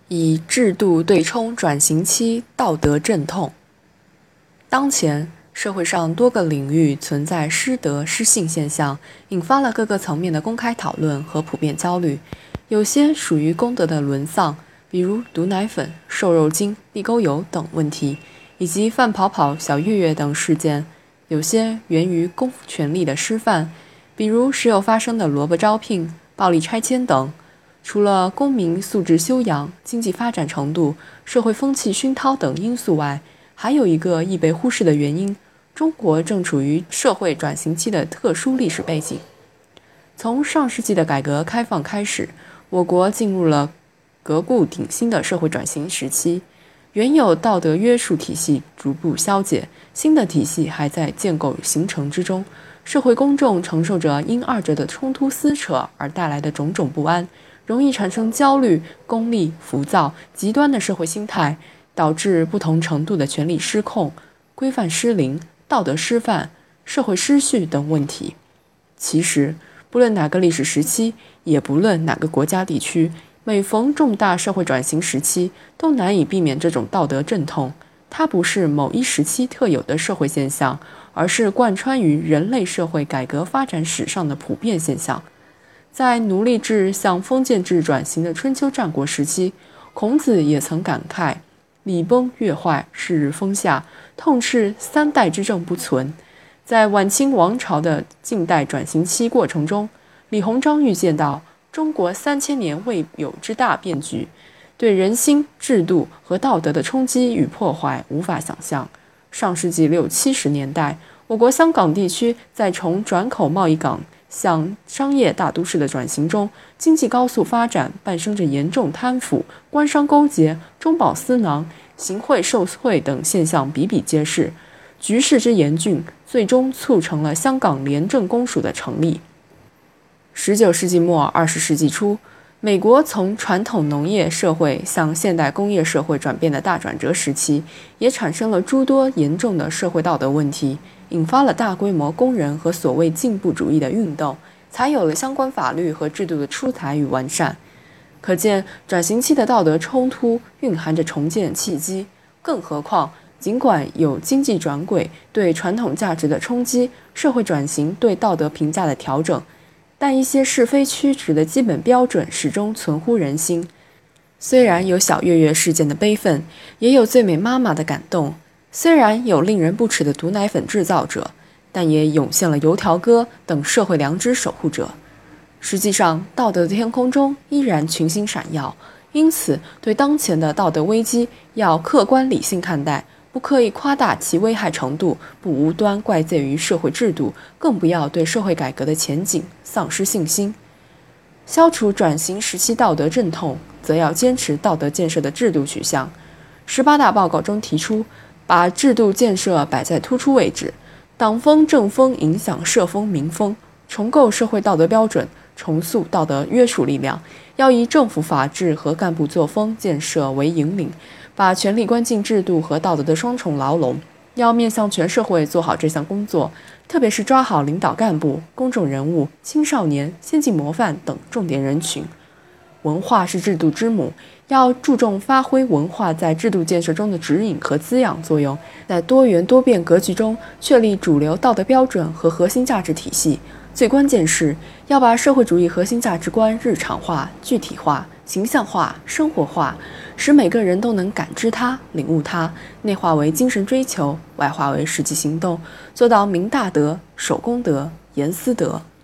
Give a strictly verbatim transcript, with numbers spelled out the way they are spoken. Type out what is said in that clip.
以制度对冲转型期道德阵痛。当前社会上多个领域存在失德失信现象，引发了各个层面的公开讨论和普遍焦虑。有些属于公德的沦丧，比如毒奶粉、瘦肉精、地沟油等问题，以及范跑跑、小岳岳等事件；有些源于公权力的失范，比如时有发生的萝卜招聘、暴力拆迁等。除了公民素质修养、经济发展程度、社会风气熏陶等因素外，还有一个易被忽视的原因：中国正处于社会转型期的特殊历史背景。从上世纪的改革开放开始，我国进入了革故鼎新的社会转型时期，原有道德约束体系逐步消解，新的体系还在建构形成之中。社会公众承受着因二者的冲突撕扯而带来的种种不安，容易产生焦虑、功利、浮躁、极端的社会心态，导致不同程度的权力失控、规范失灵、道德失范、社会失序等问题。其实，不论哪个历史时期，也不论哪个国家地区，每逢重大社会转型时期，都难以避免这种道德阵痛。它不是某一时期特有的社会现象，而是贯穿于人类社会改革发展史上的普遍现象。在奴隶制向封建制转型的春秋战国时期，孔子也曾感慨礼崩乐坏，是日风下，痛斥三代之政不存。在晚清王朝的近代转型期过程中，李鸿章预见到中国三千年未有之大变局，对人心、制度和道德的冲击与破坏无法想象。上世纪六七十年代，我国香港地区在从转口贸易港向商业大都市的转型中，经济高速发展伴生着严重贪腐、官商勾结、中饱私囊、行贿受贿等现象比比皆是。局势之严峻，最终促成了香港廉政公署的成立。十九世纪末二十世纪初，美国从传统农业社会向现代工业社会转变的大转折时期，也产生了诸多严重的社会道德问题，引发了大规模工人和所谓进步主义的运动，才有了相关法律和制度的出台与完善。可见转型期的道德冲突蕴含着重建契机。更何况尽管有经济转轨对传统价值的冲击，社会转型对道德评价的调整，但一些是非曲直的基本标准始终存乎人心。虽然有小岳岳事件的悲愤，也有最美妈妈的感动；虽然有令人不齿的毒奶粉制造者，但也涌现了油条哥等社会良知守护者。实际上，道德的天空中依然群星闪耀，因此对当前的道德危机要客观理性看待，不刻意夸大其危害程度，不无端怪罪于社会制度，更不要对社会改革的前景丧失信心。消除转型时期道德阵痛，则要坚持道德建设的制度取向。十八大报告中提出，把制度建设摆在突出位置，党风政风影响社风民风，重构社会道德标准，重塑道德约束力量，要以政府法治和干部作风建设为引领，把权力关进制度和道德的双重牢笼，要面向全社会做好这项工作，特别是抓好领导干部、公众人物、青少年、先进模范等重点人群。文化是制度之母，要注重发挥文化在制度建设中的指引和滋养作用，在多元多变格局中确立主流道德标准和核心价值体系。最关键是要把社会主义核心价值观日常化、具体化、形象化、生活化，使每个人都能感知它、领悟它，内化为精神追求，外化为实际行动，做到明大德、守公德、严私德。